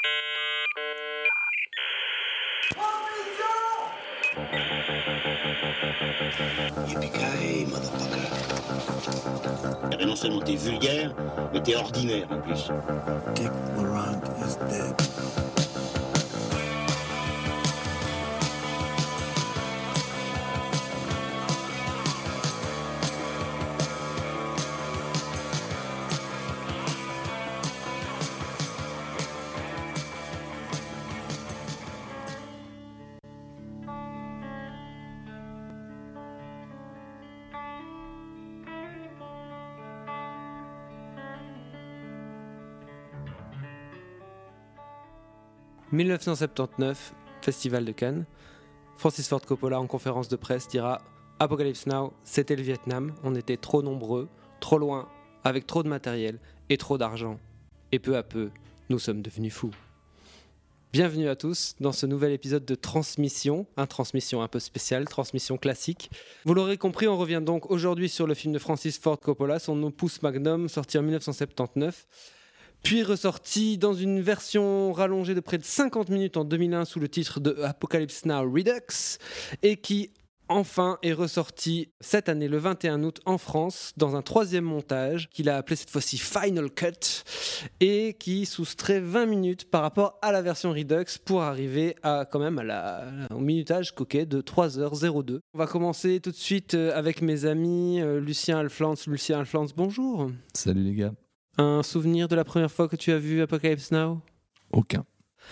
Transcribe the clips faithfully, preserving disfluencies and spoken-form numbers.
Yippee-ki-yay, motherfucker. Et non seulement t'es vulgaire, mais t'es ordinaire en plus. Dick Laurent is dead. dix-neuf cent soixante-dix-neuf, Festival de Cannes. Francis Ford Coppola, en conférence de presse, dira « Apocalypse Now, c'était le Vietnam. On était trop nombreux, trop loin, avec trop de matériel et trop d'argent. Et peu à peu, nous sommes devenus fous. » Bienvenue à tous dans ce nouvel épisode de Transmission, un transmission un peu spécial, transmission classique. Vous l'aurez compris, on revient donc aujourd'hui sur le film de Francis Ford Coppola, son opus magnum, sorti en dix-neuf cent soixante-dix-neuf. Puis ressorti dans une version rallongée de près de cinquante minutes en deux mille un sous le titre de Apocalypse Now Redux, et qui enfin est ressorti cette année le vingt et un août en France dans un troisième montage qu'il a appelé cette fois-ci Final Cut et qui soustrait vingt minutes par rapport à la version Redux pour arriver à quand même à la, au minutage coquet de trois heures zéro deux. On va commencer tout de suite avec mes amis Lucien Alflans. Lucien Alflans, bonjour. Salut les gars. Un souvenir de la première fois que tu as vu Apocalypse Now ? Aucun.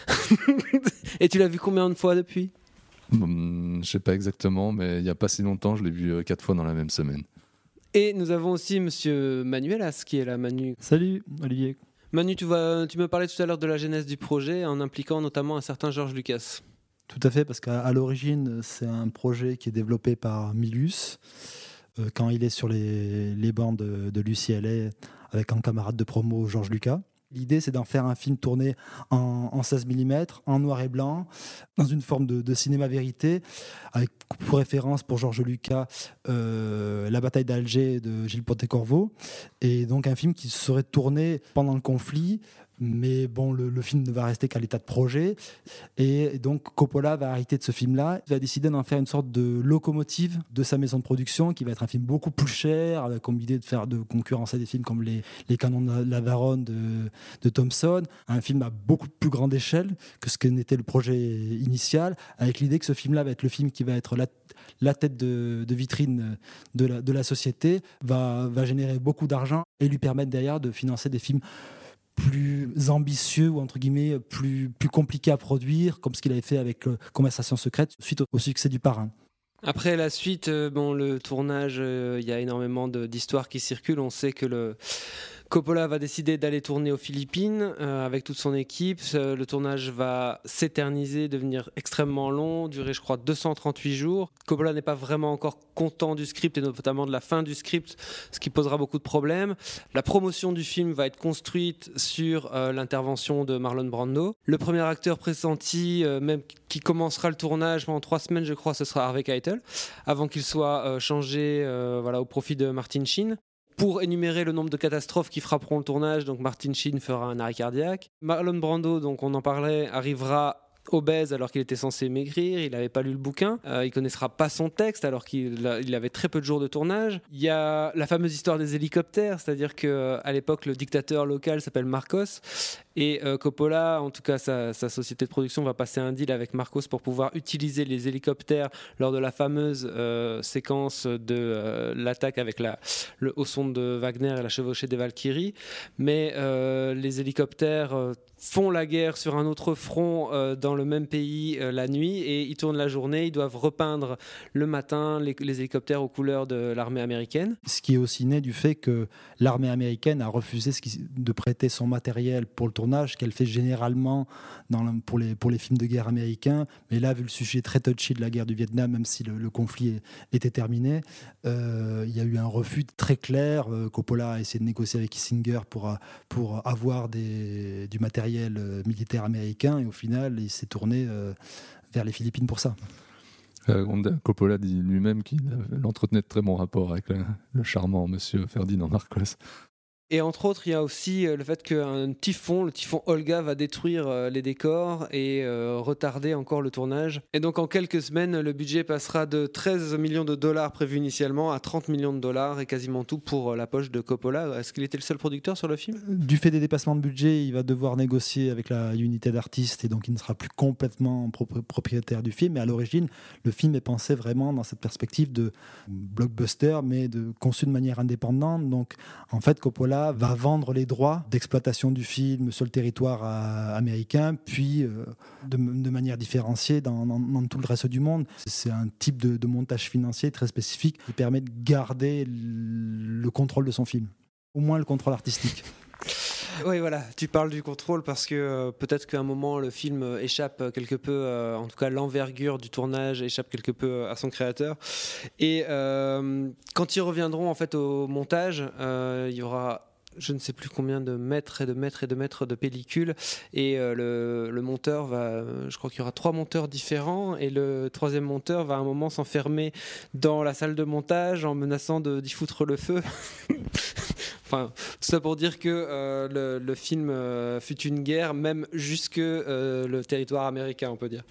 Et tu l'as vu combien de fois depuis ? hum, Je sais pas exactement, mais il n'y a pas si longtemps, je l'ai vu euh, quatre fois dans la même semaine. Et nous avons aussi monsieur Manuelas qui est là. Manu. Salut Olivier. Manu, tu, vas, tu me parlais tout à l'heure de la genèse du projet en impliquant notamment un certain George Lucas. Tout à fait, parce qu'à à l'origine, c'est un projet qui est développé par Milius euh, quand il est sur les, les bancs de, de l'U C L A avec un camarade de promo, George Lucas. L'idée, c'est d'en faire un film tourné en, en seize millimètres, en noir et blanc, dans une forme de, de cinéma vérité, avec pour référence pour George Lucas euh, la bataille d'Alger de Gilles Pontecorvo, et donc un film qui serait tourné pendant le conflit. Mais bon, le, le film ne va rester qu'à l'état de projet. Et donc, Coppola va arrêter de ce film-là. Il va décider d'en faire une sorte de locomotive de sa maison de production, qui va être un film beaucoup plus cher, avec comme idée de faire de concurrencer des films comme Les, les Canons de la Baronne de, de Thompson. Un film à beaucoup plus grande échelle que ce que n'était le projet initial, avec l'idée que ce film-là va être le film qui va être la, la tête de, de vitrine de la, de la société, va, va générer beaucoup d'argent et lui permettre derrière de financer des films plus ambitieux ou entre guillemets plus, plus compliqué à produire, comme ce qu'il avait fait avec euh, Conversation secrète suite au, au succès du Parrain. Après la suite, euh, bon, le tournage, il euh, y a énormément de, d'histoires qui circulent. On sait que le Coppola va décider d'aller tourner aux Philippines euh, avec toute son équipe. Euh, le tournage va s'éterniser, devenir extrêmement long, durer je crois deux cent trente-huit jours. Coppola n'est pas vraiment encore content du script et notamment de la fin du script, ce qui posera beaucoup de problèmes. La promotion du film va être construite sur euh, l'intervention de Marlon Brando. Le premier acteur pressenti, euh, même qui commencera le tournage pendant trois semaines, je crois, ce sera Harvey Keitel, avant qu'il soit euh, changé euh, voilà, au profit de Martin Sheen. Pour énumérer le nombre de catastrophes qui frapperont le tournage, donc Martin Sheen fera un arrêt cardiaque. Marlon Brando, donc on en parlait, arrivera obèse alors qu'il était censé maigrir, il n'avait pas lu le bouquin, euh, il connaissera pas son texte alors qu'il a, il avait très peu de jours de tournage. Il y a la fameuse histoire des hélicoptères, c'est-à-dire qu'à l'époque le dictateur local s'appelle Marcos et euh, Coppola, en tout cas sa, sa société de production, va passer un deal avec Marcos pour pouvoir utiliser les hélicoptères lors de la fameuse euh, séquence de euh, l'attaque avec la, le haut son de Wagner et la chevauchée des Valkyries, mais euh, les hélicoptères euh, font la guerre sur un autre front euh, dans le même pays euh, la nuit et ils tournent la journée, ils doivent repeindre le matin les, les hélicoptères aux couleurs de l'armée américaine. Ce qui est aussi né du fait que l'armée américaine a refusé ce qui, de prêter son matériel pour le tournage, qu'elle fait généralement dans le, pour, les, pour les films de guerre américains, mais là vu le sujet très touchy de la guerre du Vietnam, même si le, le conflit est, était terminé, euh, il y a eu un refus très clair. euh, Coppola a essayé de négocier avec Kissinger pour, pour avoir des, du matériel militaire américain et au final il s'est tourné euh, vers les Philippines pour ça. Euh, Coppola dit lui-même qu'il entretenait de très bons rapports avec le, le charmant monsieur Ferdinand Marcos. Et entre autres, il y a aussi le fait qu'un typhon, le typhon Olga, va détruire les décors et euh, retarder encore le tournage. Et donc en quelques semaines, le budget passera de treize millions de dollars prévus initialement à trente millions de dollars et quasiment tout pour la poche de Coppola. Est-ce qu'il était le seul producteur sur le film ? Du fait des dépassements de budget, il va devoir négocier avec la unité d'artistes et donc il ne sera plus complètement propri- propriétaire du film. Mais à l'origine, le film est pensé vraiment dans cette perspective de blockbuster, mais de, conçu de manière indépendante. Donc en fait, Coppola va vendre les droits d'exploitation du film sur le territoire euh, américain, puis euh, de, de manière différenciée dans, dans, dans tout le reste du monde. C'est un type de, de montage financier très spécifique qui permet de garder le contrôle de son film, au moins le contrôle artistique. Oui, voilà, tu parles du contrôle parce que euh, peut-être qu'à un moment le film échappe quelque peu, euh, en tout cas l'envergure du tournage échappe quelque peu à son créateur. Et euh, quand ils reviendront en fait au montage, euh, il y aura je ne sais plus combien de mètres et de mètres et de mètres de pellicule et euh, le, le monteur va, je crois qu'il y aura trois monteurs différents et le troisième monteur va à un moment s'enfermer dans la salle de montage en menaçant de, d'y foutre le feu. Enfin, tout ça pour dire que euh, le, le film euh, fut une guerre même jusque euh, le territoire américain, on peut dire.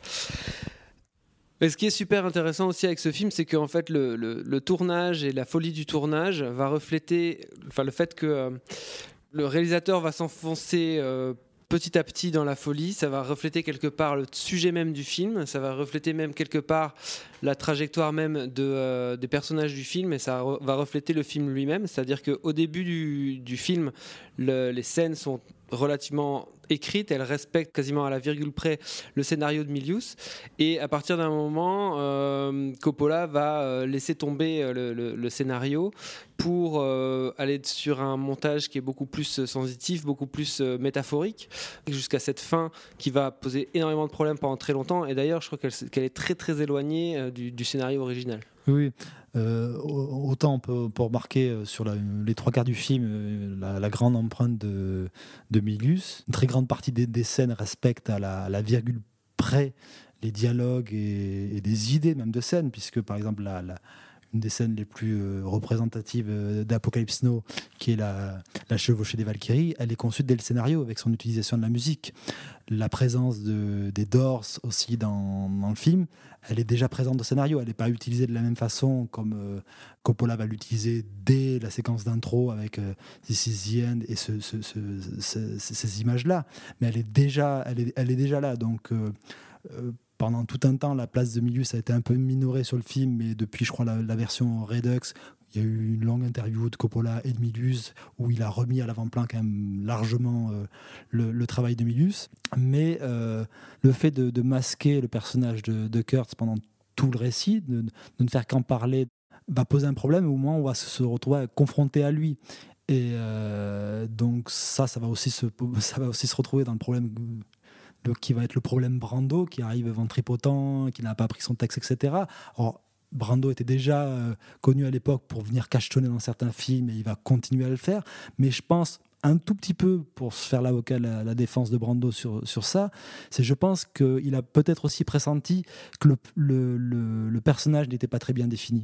Et ce qui est super intéressant aussi avec ce film, c'est qu'en fait le, le, le tournage et la folie du tournage va refléter, enfin le fait que euh, le réalisateur va s'enfoncer euh, petit à petit dans la folie, ça va refléter quelque part le sujet même du film, ça va refléter même quelque part la trajectoire même de, euh, des personnages du film et ça re- va refléter le film lui-même, c'est-à-dire qu'au début du, du film, le, les scènes sont relativement écrites, elles respectent quasiment à la virgule près le scénario de Milius et à partir d'un moment euh, Coppola va euh, laisser tomber le, le, le scénario pour euh, aller sur un montage qui est beaucoup plus sensitif, beaucoup plus euh, métaphorique jusqu'à cette fin qui va poser énormément de problèmes pendant très longtemps et d'ailleurs je crois qu'elle, qu'elle est très très éloignée euh, du, du scénario original. Oui, euh, autant on peut, on peut remarquer sur la, les trois quarts du film la, la grande empreinte de, de Milius. Une très grande partie des, des scènes respectent à la, à la virgule près les dialogues et, et des idées même de scènes, puisque par exemple la, la, une des scènes les plus euh, représentatives euh, d'Apocalypse Now, qui est la, la chevauchée des Valkyries, elle est conçue dès le scénario avec son utilisation de la musique. La présence de, des Doors aussi dans, dans le film, elle est déjà présente au scénario, elle n'est pas utilisée de la même façon comme euh, Coppola va l'utiliser dès la séquence d'intro avec euh, This is the End et ce, ce, ce, ce, ce, ces images-là, mais elle est déjà, elle est, elle est déjà là, donc euh, euh, pendant tout un temps, la place de Milius a été un peu minorée sur le film, mais depuis, je crois, la, la version Redux, il y a eu une longue interview de Coppola et de Milius où il a remis à l'avant-plan quand même largement euh, le, le travail de Milius. Mais euh, le fait de, de masquer le personnage de, de Kurtz pendant tout le récit, de, de ne faire qu'en parler, va poser un problème au moment où on va se retrouver confronté à lui. Et euh, donc ça, ça va aussi se, ça va aussi se retrouver dans le problème... Le, qui va être le problème Brando, qui arrive ventripotent, qui n'a pas appris son texte, et cetera. Alors, Brando était déjà euh, connu à l'époque pour venir cachetonner dans certains films et il va continuer à le faire. Mais je pense un tout petit peu, pour se faire l'avocat, la, la défense de Brando sur, sur ça, c'est je pense qu'il a peut-être aussi pressenti que le, le, le, le personnage n'était pas très bien défini.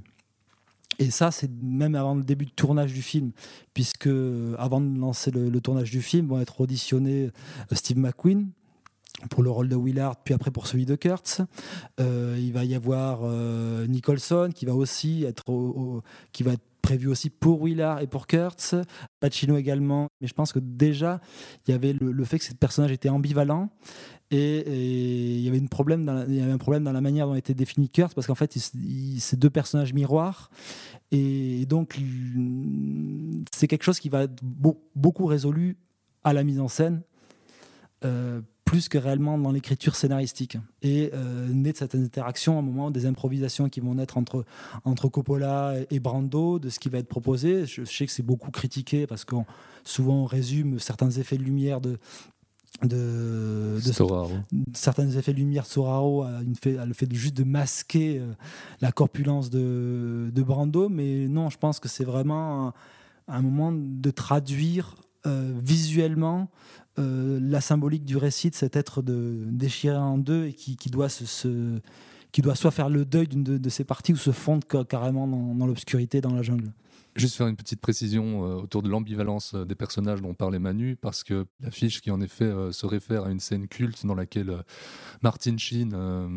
Et ça, c'est même avant le début du tournage du film, puisque avant de lancer le, le tournage du film, vont être auditionnés Steve McQueen, pour le rôle de Willard, puis après pour celui de Kurtz. Euh, il va y avoir euh, Nicholson qui va aussi être, au, au, qui va être prévu aussi pour Willard et pour Kurtz. Pacino également. Mais je pense que déjà, il y avait le, le fait que ce personnage était ambivalent et, et il, y avait une problème dans la, il y avait un problème dans la manière dont était défini Kurtz parce qu'en fait, il, il, c'est deux personnages miroirs. Et donc, c'est quelque chose qui va être beau, beaucoup résolu à la mise en scène. Euh, plus que réellement dans l'écriture scénaristique. Et euh, naît de cette interaction, à un moment, des improvisations qui vont naître entre, entre Coppola et Brando, de ce qui va être proposé. Je, je sais que c'est beaucoup critiqué, parce qu'on souvent on résume certains effets de lumière de... de, de Storaro. certains effets de lumière de Storaro à, une fait, à le fait de juste de masquer euh, la corpulence de, de Brando, mais non, je pense que c'est vraiment un, un moment de traduire euh, visuellement Euh, la symbolique du récit de cet être de, déchiré en deux et qui, qui, doit se, se, qui doit soit faire le deuil d'une de, de ses parties ou se fondre carrément dans, dans l'obscurité, dans la jungle. Juste faire une petite précision euh, autour de l'ambivalence euh, des personnages dont parlait Manu, parce que l'affiche qui en effet euh, se réfère à une scène culte dans laquelle euh, Martin Sheen euh,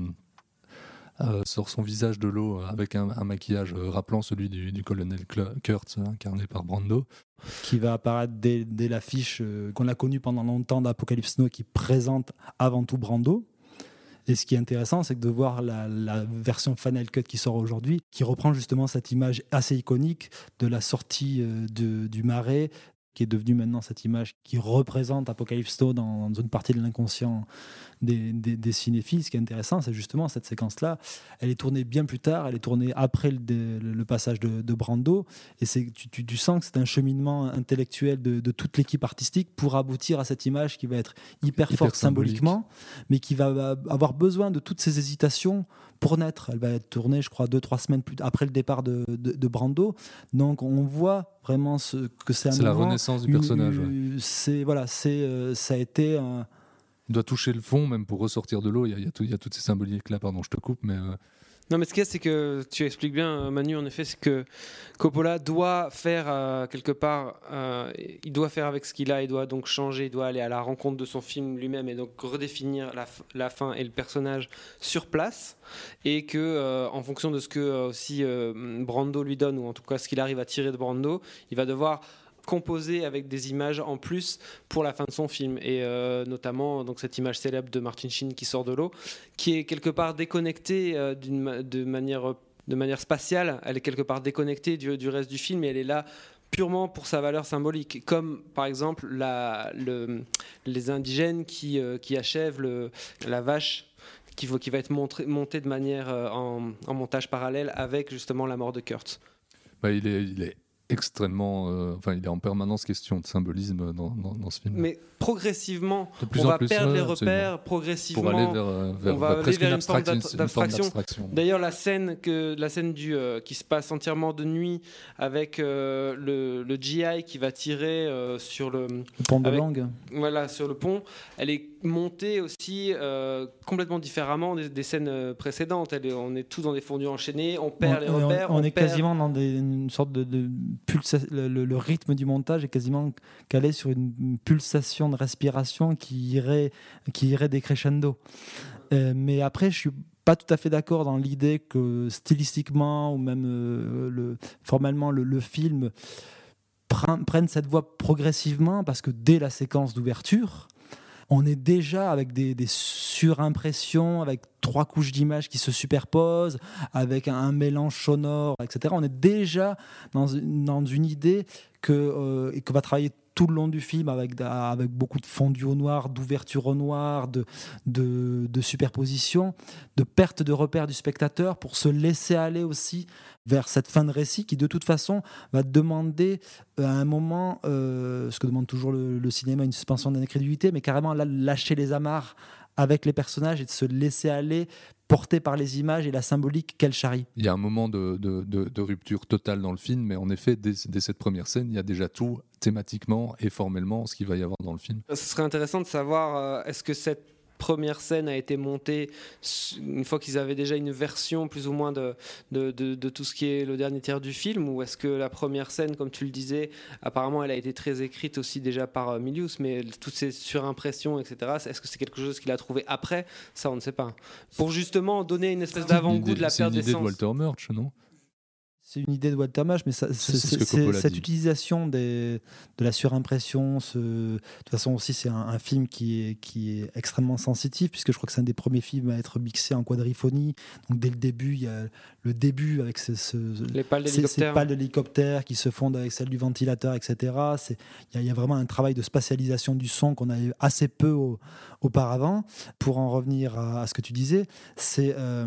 euh, sort son visage de l'eau avec un, un maquillage euh, rappelant celui du, du colonel Cl- Kurtz, hein, incarné par Brando. Qui va apparaître dès, dès l'affiche euh, qu'on a connue pendant longtemps d'Apocalypse Now, qui présente avant tout Brando. Et ce qui est intéressant, c'est que de voir la, la version Final Cut qui sort aujourd'hui, qui reprend justement cette image assez iconique de la sortie euh, de, du marais, qui est devenue maintenant cette image qui représente Apocalypse Now dans, dans une partie de l'inconscient des, des, des cinéphiles. Ce qui est intéressant, c'est justement cette séquence-là. Elle est tournée bien plus tard, elle est tournée après le, le passage de, de Brando, et c'est, tu, tu, tu sens que c'est un cheminement intellectuel de, de toute l'équipe artistique pour aboutir à cette image qui va être hyper, hyper forte symboliquement, mais qui va avoir besoin de toutes ces hésitations pour naître. Elle va être tournée, je crois, deux, trois semaines plus après le départ de, de, de Brando. Donc on voit vraiment ce, que c'est un c'est moment... la renaissance du personnage. Une, ouais. c'est, voilà, c'est, euh, ça a été... Un... Il doit toucher le fond, même pour ressortir de l'eau. Il y a, il y a, tout, il y a toutes ces symboliques-là. Pardon, je te coupe, mais... Euh... Non, mais ce qu'il y a, c'est que tu expliques bien, Manu, en effet, c'est que Coppola doit faire euh, quelque part, euh, il doit faire avec ce qu'il a, il doit donc changer, il doit aller à la rencontre de son film lui-même et donc redéfinir la, la fin et le personnage sur place, et que euh, en fonction de ce que euh, aussi euh, Brando lui donne, ou en tout cas ce qu'il arrive à tirer de Brando, il va devoir composé avec des images en plus pour la fin de son film, et euh, notamment donc cette image célèbre de Martin Sheen qui sort de l'eau, qui est quelque part déconnectée euh, d'une, de, manière, de manière spatiale, elle est quelque part déconnectée du, du reste du film, et elle est là purement pour sa valeur symbolique, comme par exemple la, le, les indigènes qui, euh, qui achèvent le, la vache qui, qui va être montré, montée de manière euh, en, en montage parallèle avec justement la mort de Kurtz. Bah, il est, il est extrêmement, euh, enfin, il est en permanence question de symbolisme dans, dans, dans ce film. Mais progressivement, on va plus, perdre ouais, les repères, absolument. progressivement, pour aller vers, vers, on va vers aller vers une, une forme abstraction. d'abstraction. Une forme d'abstraction. D'ailleurs, la scène, que, la scène du, euh, qui se passe entièrement de nuit avec euh, le, le G I qui va tirer euh, sur le, le pont de avec, Langue. Voilà, sur le pont, elle est montée aussi euh, complètement différemment des, des scènes précédentes. Elle est, on est tous dans des fondus enchaînés, on perd on, les repères. On, on, on est perd... quasiment dans des, une sorte de, de pulsation. Le, le, le rythme du montage est quasiment calé sur une pulsation de respiration qui irait, qui irait décrescendo. Euh, mais après, je suis pas tout à fait d'accord dans l'idée que stylistiquement ou même euh, le, formellement le, le film prenne, prenne cette voie progressivement, parce que dès la séquence d'ouverture, on est déjà avec des, des surimpressions, avec trois couches d'images qui se superposent, avec un, un mélange sonore, et cetera. On est déjà dans une, dans une idée que, euh, et que va travailler tout le long du film avec, avec beaucoup de fondu au noir, d'ouverture au noir, de, de, de superposition, de perte de repère du spectateur pour se laisser aller aussi vers cette fin de récit qui de toute façon va demander à un moment, euh, ce que demande toujours le, le cinéma, une suspension d'incrédulité, mais carrément là, lâcher les amarres avec les personnages et de se laisser aller, porté par les images et la symbolique qu'elle charrie. Il y a un moment de, de, de, de rupture totale dans le film, mais en effet, dès, dès cette première scène, il y a déjà tout thématiquement et formellement ce qu'il va y avoir dans le film. Ce serait intéressant de savoir, euh, est-ce que cette première scène a été montée une fois qu'ils avaient déjà une version plus ou moins de, de, de, de tout ce qui est le dernier tiers du film, ou est-ce que la première scène, comme tu le disais, apparemment elle a été très écrite aussi déjà par euh, Milius, mais toutes ces surimpressions, et cetera, est-ce que c'est quelque chose qu'il a trouvé après? Ça, on ne sait pas. Pour justement donner une espèce d'avant-goût de la perte d'essence. C'est une idée de Walter Murch, non? C'est une idée de Walter Murch, mais ça, c'est, c'est, c'est, cette dit. utilisation des, de la surimpression, ce, de toute façon aussi c'est un, un film qui est, qui est extrêmement sensitif, puisque je crois que c'est un des premiers films à être mixé en quadriphonie. Donc dès le début, il y a le début avec ce, ce, les pales ces, d'hélicoptère. ces pales d'hélicoptère qui se fondent avec celles du ventilateur, et cetera. C'est, il, y a, il y a vraiment un travail de spatialisation du son qu'on a eu assez peu au, auparavant. Pour en revenir à, à ce que tu disais, c'est... Euh,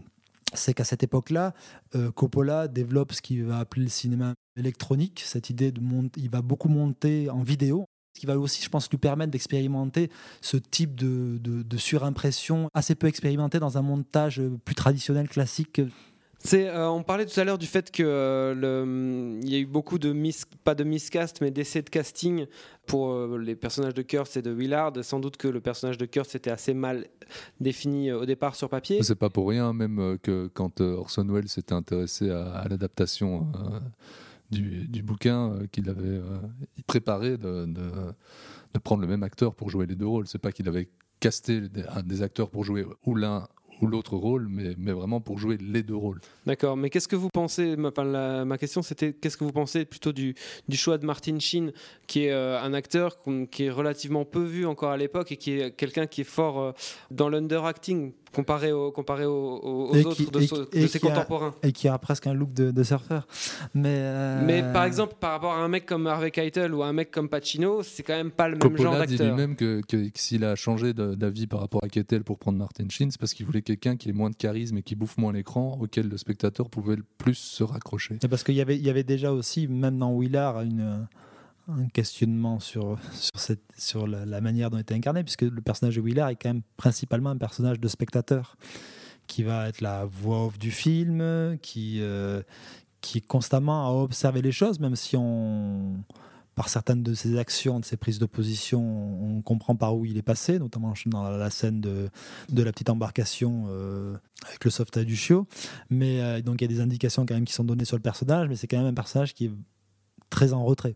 c'est qu'à cette époque-là, euh, Coppola développe ce qu'il va appeler le cinéma électronique, cette idée de monter, il va beaucoup monter en vidéo, ce qui va aussi, je pense, lui permettre d'expérimenter ce type de, de, de surimpression assez peu expérimenté dans un montage plus traditionnel, classique. C'est, euh, on parlait tout à l'heure du fait qu'il euh, y a eu beaucoup de mis, pas de miscast, mais d'essais de casting pour euh, les personnages de Kurtz et de Willard. Sans doute que le personnage de Kurtz était assez mal défini euh, au départ sur papier. C'est pas pour rien, même euh, que quand euh, Orson Welles s'était intéressé à, à l'adaptation euh, du, du bouquin euh, qu'il avait euh, préparé de, de, de prendre le même acteur pour jouer les deux rôles. C'est pas qu'il avait casté des, des acteurs pour jouer ou l'un ou l'autre rôle, mais, mais vraiment pour jouer les deux rôles. D'accord, mais qu'est-ce que vous pensez, ma, la, ma question c'était qu'est-ce que vous pensez plutôt du, du choix de Martin Sheen, qui est euh, un acteur qui est relativement peu vu encore à l'époque et qui est quelqu'un qui est fort euh, dans l'underacting comparé, au, comparé aux, aux autres qui, de, et, so, et de ses contemporains. A, et qui a presque un look de, de surfeur. Mais, euh... mais par exemple, par rapport à un mec comme Harvey Keitel ou à un mec comme Pacino, c'est quand même pas le Coppola même genre d'acteur. Coppola dit lui-même que, que, que s'il a changé de, d'avis par rapport à Keitel pour prendre Martin Sheen, c'est parce qu'il voulait quelqu'un qui ait moins de charisme et qui bouffe moins l'écran, auquel le spectateur pouvait le plus se raccrocher. Et parce qu'il y avait, il y avait déjà aussi, même dans Willard, une, un questionnement sur, sur, cette, sur la, la manière dont il était incarné, puisque le personnage de Willard est quand même principalement un personnage de spectateur, qui va être la voix off du film, qui, euh, qui est constamment à observer les choses, même si on... par certaines de ses actions, de ses prises de position, on comprend par où il est passé, notamment dans la scène de, de la petite embarcation euh, avec le sauvetage du chiot. Mais euh, donc il y a des indications quand même qui sont données sur le personnage, mais c'est quand même un personnage qui est très en retrait.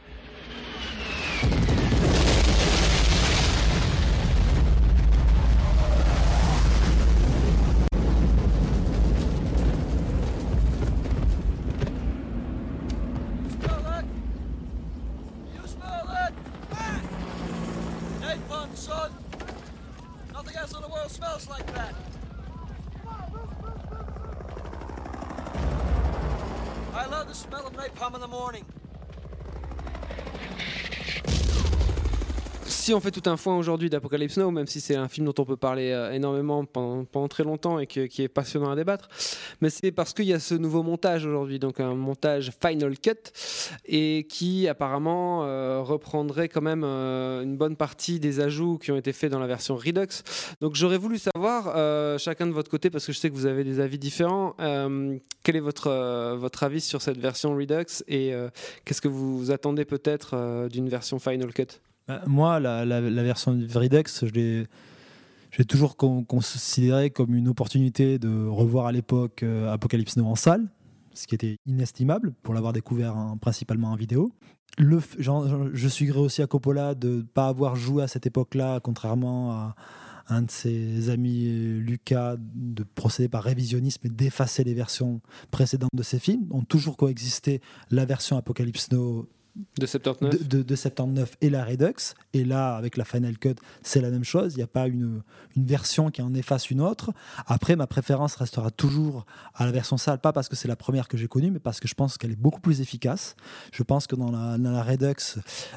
Si on fait tout un foin aujourd'hui d'Apocalypse Now, même si c'est un film dont on peut parler euh, énormément pendant, pendant très longtemps et que, qui est passionnant à débattre, mais c'est parce qu'il y a ce nouveau montage aujourd'hui, donc un montage Final Cut, et qui apparemment euh, reprendrait quand même euh, une bonne partie des ajouts qui ont été faits dans la version Redux. Donc j'aurais voulu savoir, euh, chacun de votre côté, parce que je sais que vous avez des avis différents, euh, quel est votre, euh, votre avis sur cette version Redux et euh, qu'est-ce que vous attendez peut-être euh, d'une version Final Cut ? Moi, la, la, la version Redux, je l'ai, je l'ai toujours con, considéré comme une opportunité de revoir à l'époque euh, Apocalypse Now en salle, ce qui était inestimable pour l'avoir découvert en, principalement en vidéo. Le, genre, je suis gré aussi à Coppola de ne pas avoir joué à cette époque-là, contrairement à un de ses amis, Lucas, de procéder par révisionnisme et d'effacer les versions précédentes de ses films. Ont toujours coexisté la version Apocalypse Now de soixante-dix-neuf de, de, de soixante-dix-neuf et la Redux, et là avec la Final Cut c'est la même chose, il n'y a pas une, une version qui en efface une autre. Après, ma préférence restera toujours à la version salle, pas parce que c'est la première que j'ai connue, mais parce que je pense qu'elle est beaucoup plus efficace. Je pense que dans la, dans la Redux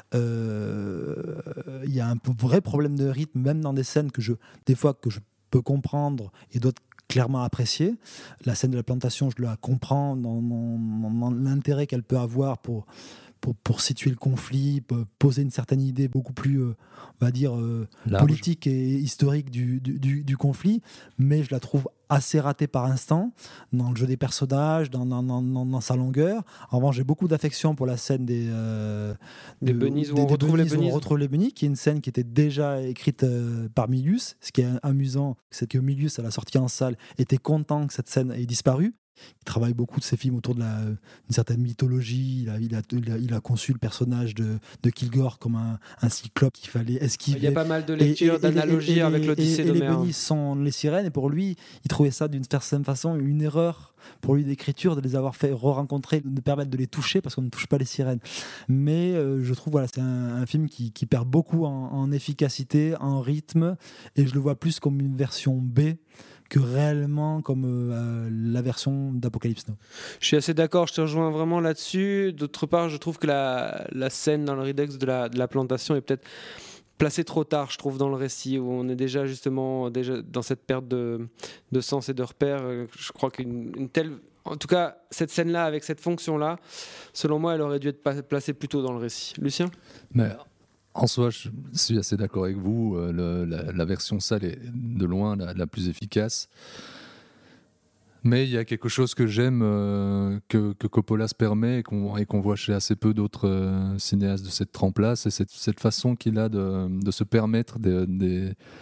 euh, il y a un vrai problème de rythme, même dans des scènes que je, des fois que je peux comprendre et d'autres clairement apprécier. La scène de la plantation, je la comprends dans, dans, dans, dans l'intérêt qu'elle peut avoir pour Pour, pour situer le conflit, poser une certaine idée beaucoup plus, euh, on va dire, euh, politique et historique du, du, du conflit, mais je la trouve assez ratée par instant, dans le jeu des personnages, dans, dans, dans, dans sa longueur. En revanche, j'ai beaucoup d'affection pour la scène des, euh, des de, bunnies où, des, on, des retrouve bunnies les bunnies. où on retrouve les bunnies, qui est une scène qui était déjà écrite euh, par Milius. Ce qui est amusant, c'est que Milius, à la sortie en salle, était content que cette scène ait disparu. Il travaille beaucoup de ses films autour d'une certaine mythologie. Il a, il, a, il, a, il a conçu le personnage de, de Kilgore comme un, un cyclope qu'il fallait esquiver. Il y a pas mal de lectures, d'analogies avec l'Odyssée d'Homère. Et les bunnies sont les sirènes, et pour lui, il trouvait ça d'une certaine façon une erreur pour lui d'écriture de les avoir fait re-rencontrer, de permettre de les toucher parce qu'on ne touche pas les sirènes. Mais euh, je trouve voilà, c'est un, un film qui, qui perd beaucoup en, en efficacité, en rythme, et je le vois plus comme une version B que réellement comme euh, la version d'Apocalypse Now. Je suis assez d'accord, je te rejoins vraiment là-dessus. D'autre part, je trouve que la, la scène dans le Redux de la, de la plantation est peut-être placée trop tard, je trouve, dans le récit, où on est déjà justement déjà dans cette perte de, de sens et de repères. Je crois qu'une une telle... En tout cas, cette scène-là, avec cette fonction-là, selon moi, elle aurait dû être placée plus tôt dans le récit. Lucien ? Mais... En soi, je suis assez d'accord avec vous. Euh, le, la, la version salle est de loin la, la plus efficace. Mais il y a quelque chose que j'aime, euh, que, que Coppola se permet et qu'on, et qu'on voit chez assez peu d'autres euh, cinéastes de cette trempe-là, c'est cette, cette façon qu'il a de, de se permettre des, des,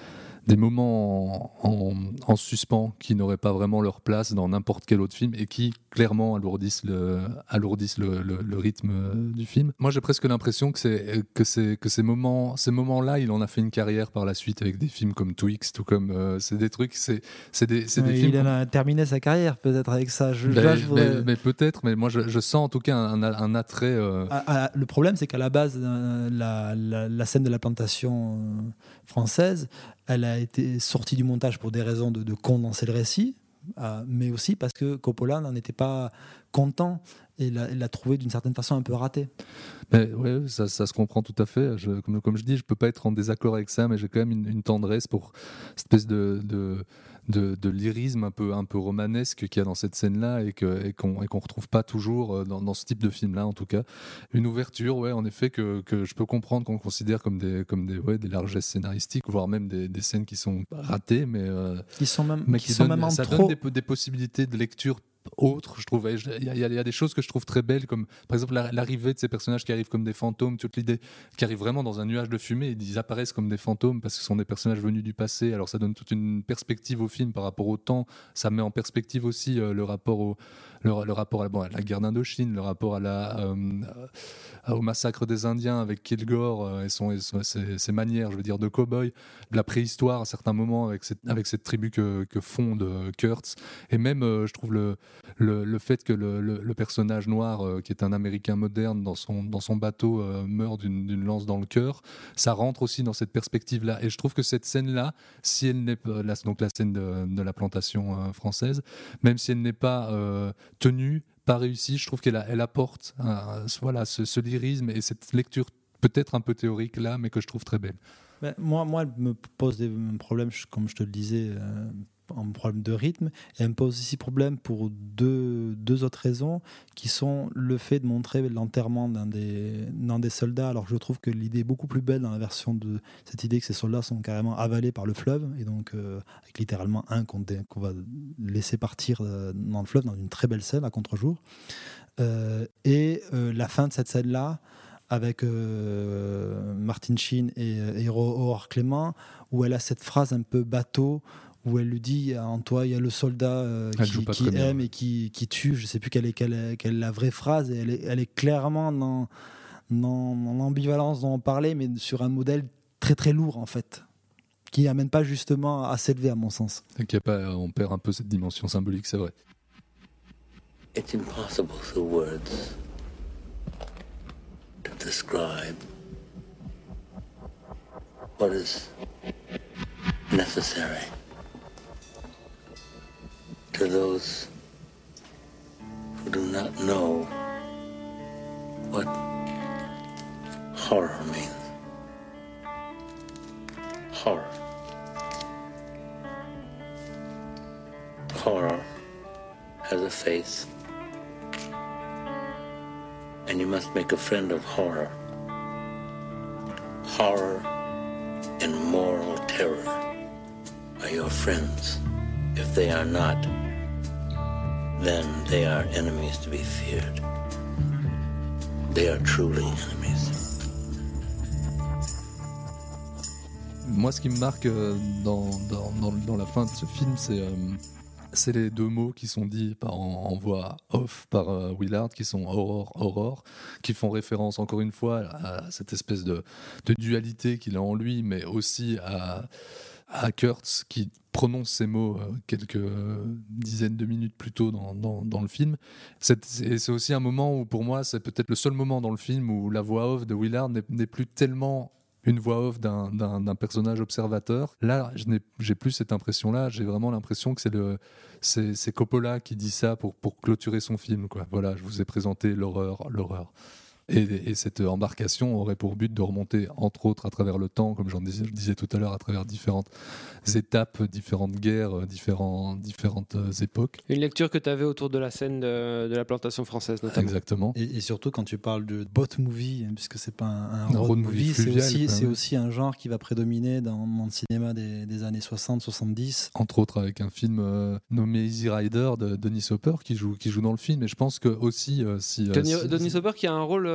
des moments en, en, en suspens qui n'auraient pas vraiment leur place dans n'importe quel autre film et qui clairement alourdissent le, alourdissent le, le, le rythme du film. Moi j'ai presque l'impression que, c'est, que, c'est, que ces, moments, ces moments-là, il en a fait une carrière par la suite avec des films comme Twixt ou comme... Euh, c'est des trucs, c'est, c'est des, c'est des il films... Il a terminé sa carrière peut-être avec ça. Je, mais, là, je voudrais... mais, mais peut-être, mais moi je, je sens en tout cas un, un, un attrait... Euh... À, à, le problème c'est qu'à la base, euh, la, la, la scène de la plantation euh, française, elle a été sortie du montage pour des raisons de, de condenser le récit, euh, mais aussi parce que Coppola n'en était pas content et l'a, l'a trouvé d'une certaine façon un peu raté. Mais ouais, ça, ça se comprend tout à fait. Je, comme, comme je dis, je peux pas être en désaccord avec ça, mais j'ai quand même une, une tendresse pour cette espèce de, de, de, de lyrisme un peu, un peu romanesque qu'il y a dans cette scène-là et, que, et, qu'on, et qu'on retrouve pas toujours dans, dans ce type de film-là, en tout cas. Une ouverture, ouais, en effet, que, que je peux comprendre qu'on considère comme des, comme des, ouais, des largesses scénaristiques, voire même des, des scènes qui sont ratées, mais, euh, qui sont même, mais qui qui sont donnent, même en ça trop. donne des, des possibilités de lecture autres, je trouve. Il y, a, il y a des choses que je trouve très belles, comme par exemple la, l'arrivée de ces personnages qui arrivent comme des fantômes, toute l'idée qui arrivent vraiment dans un nuage de fumée et ils apparaissent comme des fantômes parce que ce sont des personnages venus du passé. Alors ça donne toute une perspective au film par rapport au temps. Ça met en perspective aussi euh, le rapport au le, le rapport à, bon, à la guerre d'Indochine, le rapport à la, euh, au massacre des Indiens avec Kilgore euh, et, son, et son, ses, ses manières, je veux dire, de cow-boy, de la préhistoire à certains moments avec cette, avec cette tribu que, que fonde euh, Kurtz. Et même, euh, je trouve le Le, le fait que le, le, le personnage noir, euh, qui est un Américain moderne, dans son, dans son bateau, euh, meurt d'une, d'une lance dans le cœur, ça rentre aussi dans cette perspective-là. Et je trouve que cette scène-là, si elle n'est pas, la, donc la scène de, de la plantation euh, française, même si elle n'est pas euh, tenue, pas réussie, je trouve qu'elle a, elle apporte euh, voilà, ce, ce lyrisme et cette lecture peut-être un peu théorique là, mais que je trouve très belle. Ben, moi, moi, elle me pose des problèmes, comme je te le disais, euh, un problème de rythme, et elle me pose aussi problème pour deux, deux autres raisons, qui sont le fait de montrer l'enterrement d'un des, d'un des soldats, alors que je trouve que l'idée est beaucoup plus belle dans la version de cette idée que ces soldats sont carrément avalés par le fleuve, et donc euh, avec littéralement un qu'on, dé, qu'on va laisser partir dans le fleuve, dans une très belle scène à contre-jour. Euh, et euh, la fin de cette scène-là, avec euh, Martin Sheen et, et Aurore Clément, où elle a cette phrase un peu bateau, où elle lui dit en toi il y a le soldat euh, qui, qui aime bien. et qui, qui tue, je ne sais plus quelle est, quelle, est, quelle est la vraie phrase, et elle est, elle est clairement dans, dans, dans l'ambivalence dont on parlait, mais sur un modèle très très lourd en fait, qui n'amène pas justement à s'élever à mon sens. T'inquiète pas, on perd un peu cette dimension symbolique, c'est vrai. It's impossible through words to describe what is necessary to those who do not know what horror means. Horror. Horror has a face, and you must make a friend of horror. Horror and moral terror are your friends. If they are not, then they are enemies to be feared. They are truly enemies. Moi, ce qui me marque dans, dans, dans, dans la fin de ce film, c'est, euh, c'est les deux mots qui sont dits par, en, en voix off par euh, Willard, qui sont Aurore, Aurore, qui font référence encore une fois à cette espèce de, de dualité qu'il a en lui, mais aussi à, à Kurtz, qui prononce ces mots euh, quelques euh, dizaines de minutes plus tôt dans, dans, dans le film. C'est, c'est, c'est aussi un moment où, pour moi, c'est peut-être le seul moment dans le film où la voix off de Willard n'est, n'est plus tellement une voix off d'un, d'un, d'un personnage observateur. Là, je n'ai, j'ai plus cette impression-là. J'ai vraiment l'impression que c'est, le, c'est, c'est Coppola qui dit ça pour, pour clôturer son film, quoi. Voilà, je vous ai présenté l'horreur, l'horreur. Et, et cette embarcation aurait pour but de remonter, entre autres, à travers le temps, comme j'en disais, je disais tout à l'heure, à travers différentes étapes, différentes guerres, différents, différentes époques. Une lecture que tu avais autour de la scène de, de la plantation française, notamment. Exactement. Et, et surtout quand tu parles de boat movie, puisque c'est pas un, un, un road, road movie, movie c'est, fluvial, aussi, quoi, c'est ouais. aussi un genre qui va prédominer dans, dans le cinéma des, des années soixante soixante-dix. Entre autres avec un film euh, nommé Easy Rider de Dennis Hopper qui joue, qui joue dans le film. Et je pense que aussi... Euh, si, euh, Denis, si, Dennis Hopper qui a un rôle...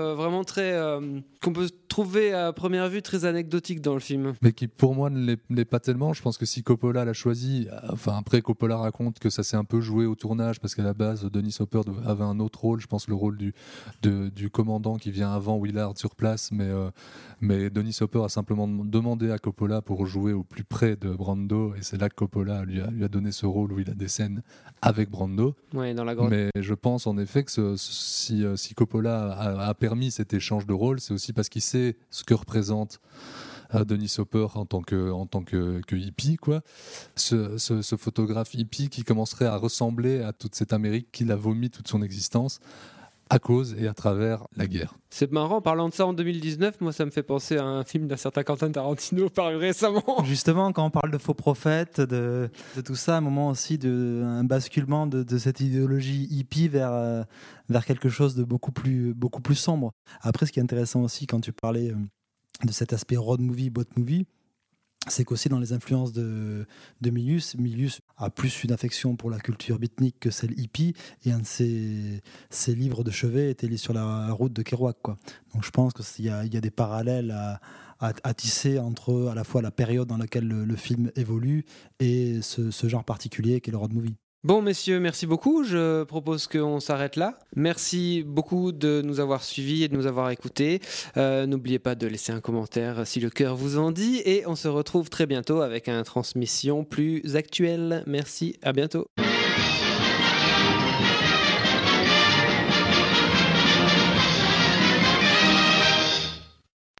euh, vraiment très euh, qu'on peut trouver à première vue très anecdotique dans le film. Mais qui pour moi ne l'est, l'est pas tellement. Je pense que si Coppola l'a choisi, enfin après Coppola raconte que ça s'est un peu joué au tournage parce qu'à la base Dennis Hopper avait un autre rôle, je pense le rôle du, de, du commandant qui vient avant Willard sur place, mais, euh, mais Dennis Hopper a simplement demandé à Coppola pour jouer au plus près de Brando et c'est là que Coppola lui a, lui a donné ce rôle où il a des scènes avec Brando. Ouais, dans la grotte. Mais je pense en effet que ce, si, si Coppola a, a permis cet échange de rôle, c'est aussi parce qu'il sait ce que représente euh, Dennis Hopper en tant que, en tant que, que hippie, quoi. Ce, ce, ce photographe hippie qui commencerait à ressembler à toute cette Amérique qu'il a vomi toute son existence à cause et à travers la guerre. C'est marrant, parlant de ça en deux mille dix-neuf, moi ça me fait penser à un film d'un certain Quentin Tarantino paru récemment. Justement, quand on parle de faux prophètes, de, de tout ça, un moment aussi de un basculement de, de cette idéologie hippie vers, euh, vers quelque chose de beaucoup plus, beaucoup plus sombre. Après, ce qui est intéressant aussi quand tu parlais euh, de cet aspect road movie, boat movie, c'est qu'aussi dans les influences de, de Milius, Milius a plus une affection pour la culture beatnik que celle hippie, et un de ses, ses livres de chevet était sur la route de Kerouac, quoi. Donc je pense qu'il y a, il y a des parallèles à, à, à tisser entre à la fois la période dans laquelle le, le film évolue et ce, ce genre particulier qu'est le road movie. Bon messieurs, merci beaucoup. Je propose qu'on s'arrête là. Merci beaucoup de nous avoir suivis et de nous avoir écoutés. Euh, n'oubliez pas de laisser un commentaire si le cœur vous en dit. Et on se retrouve très bientôt avec une transmission plus actuelle. Merci, à bientôt.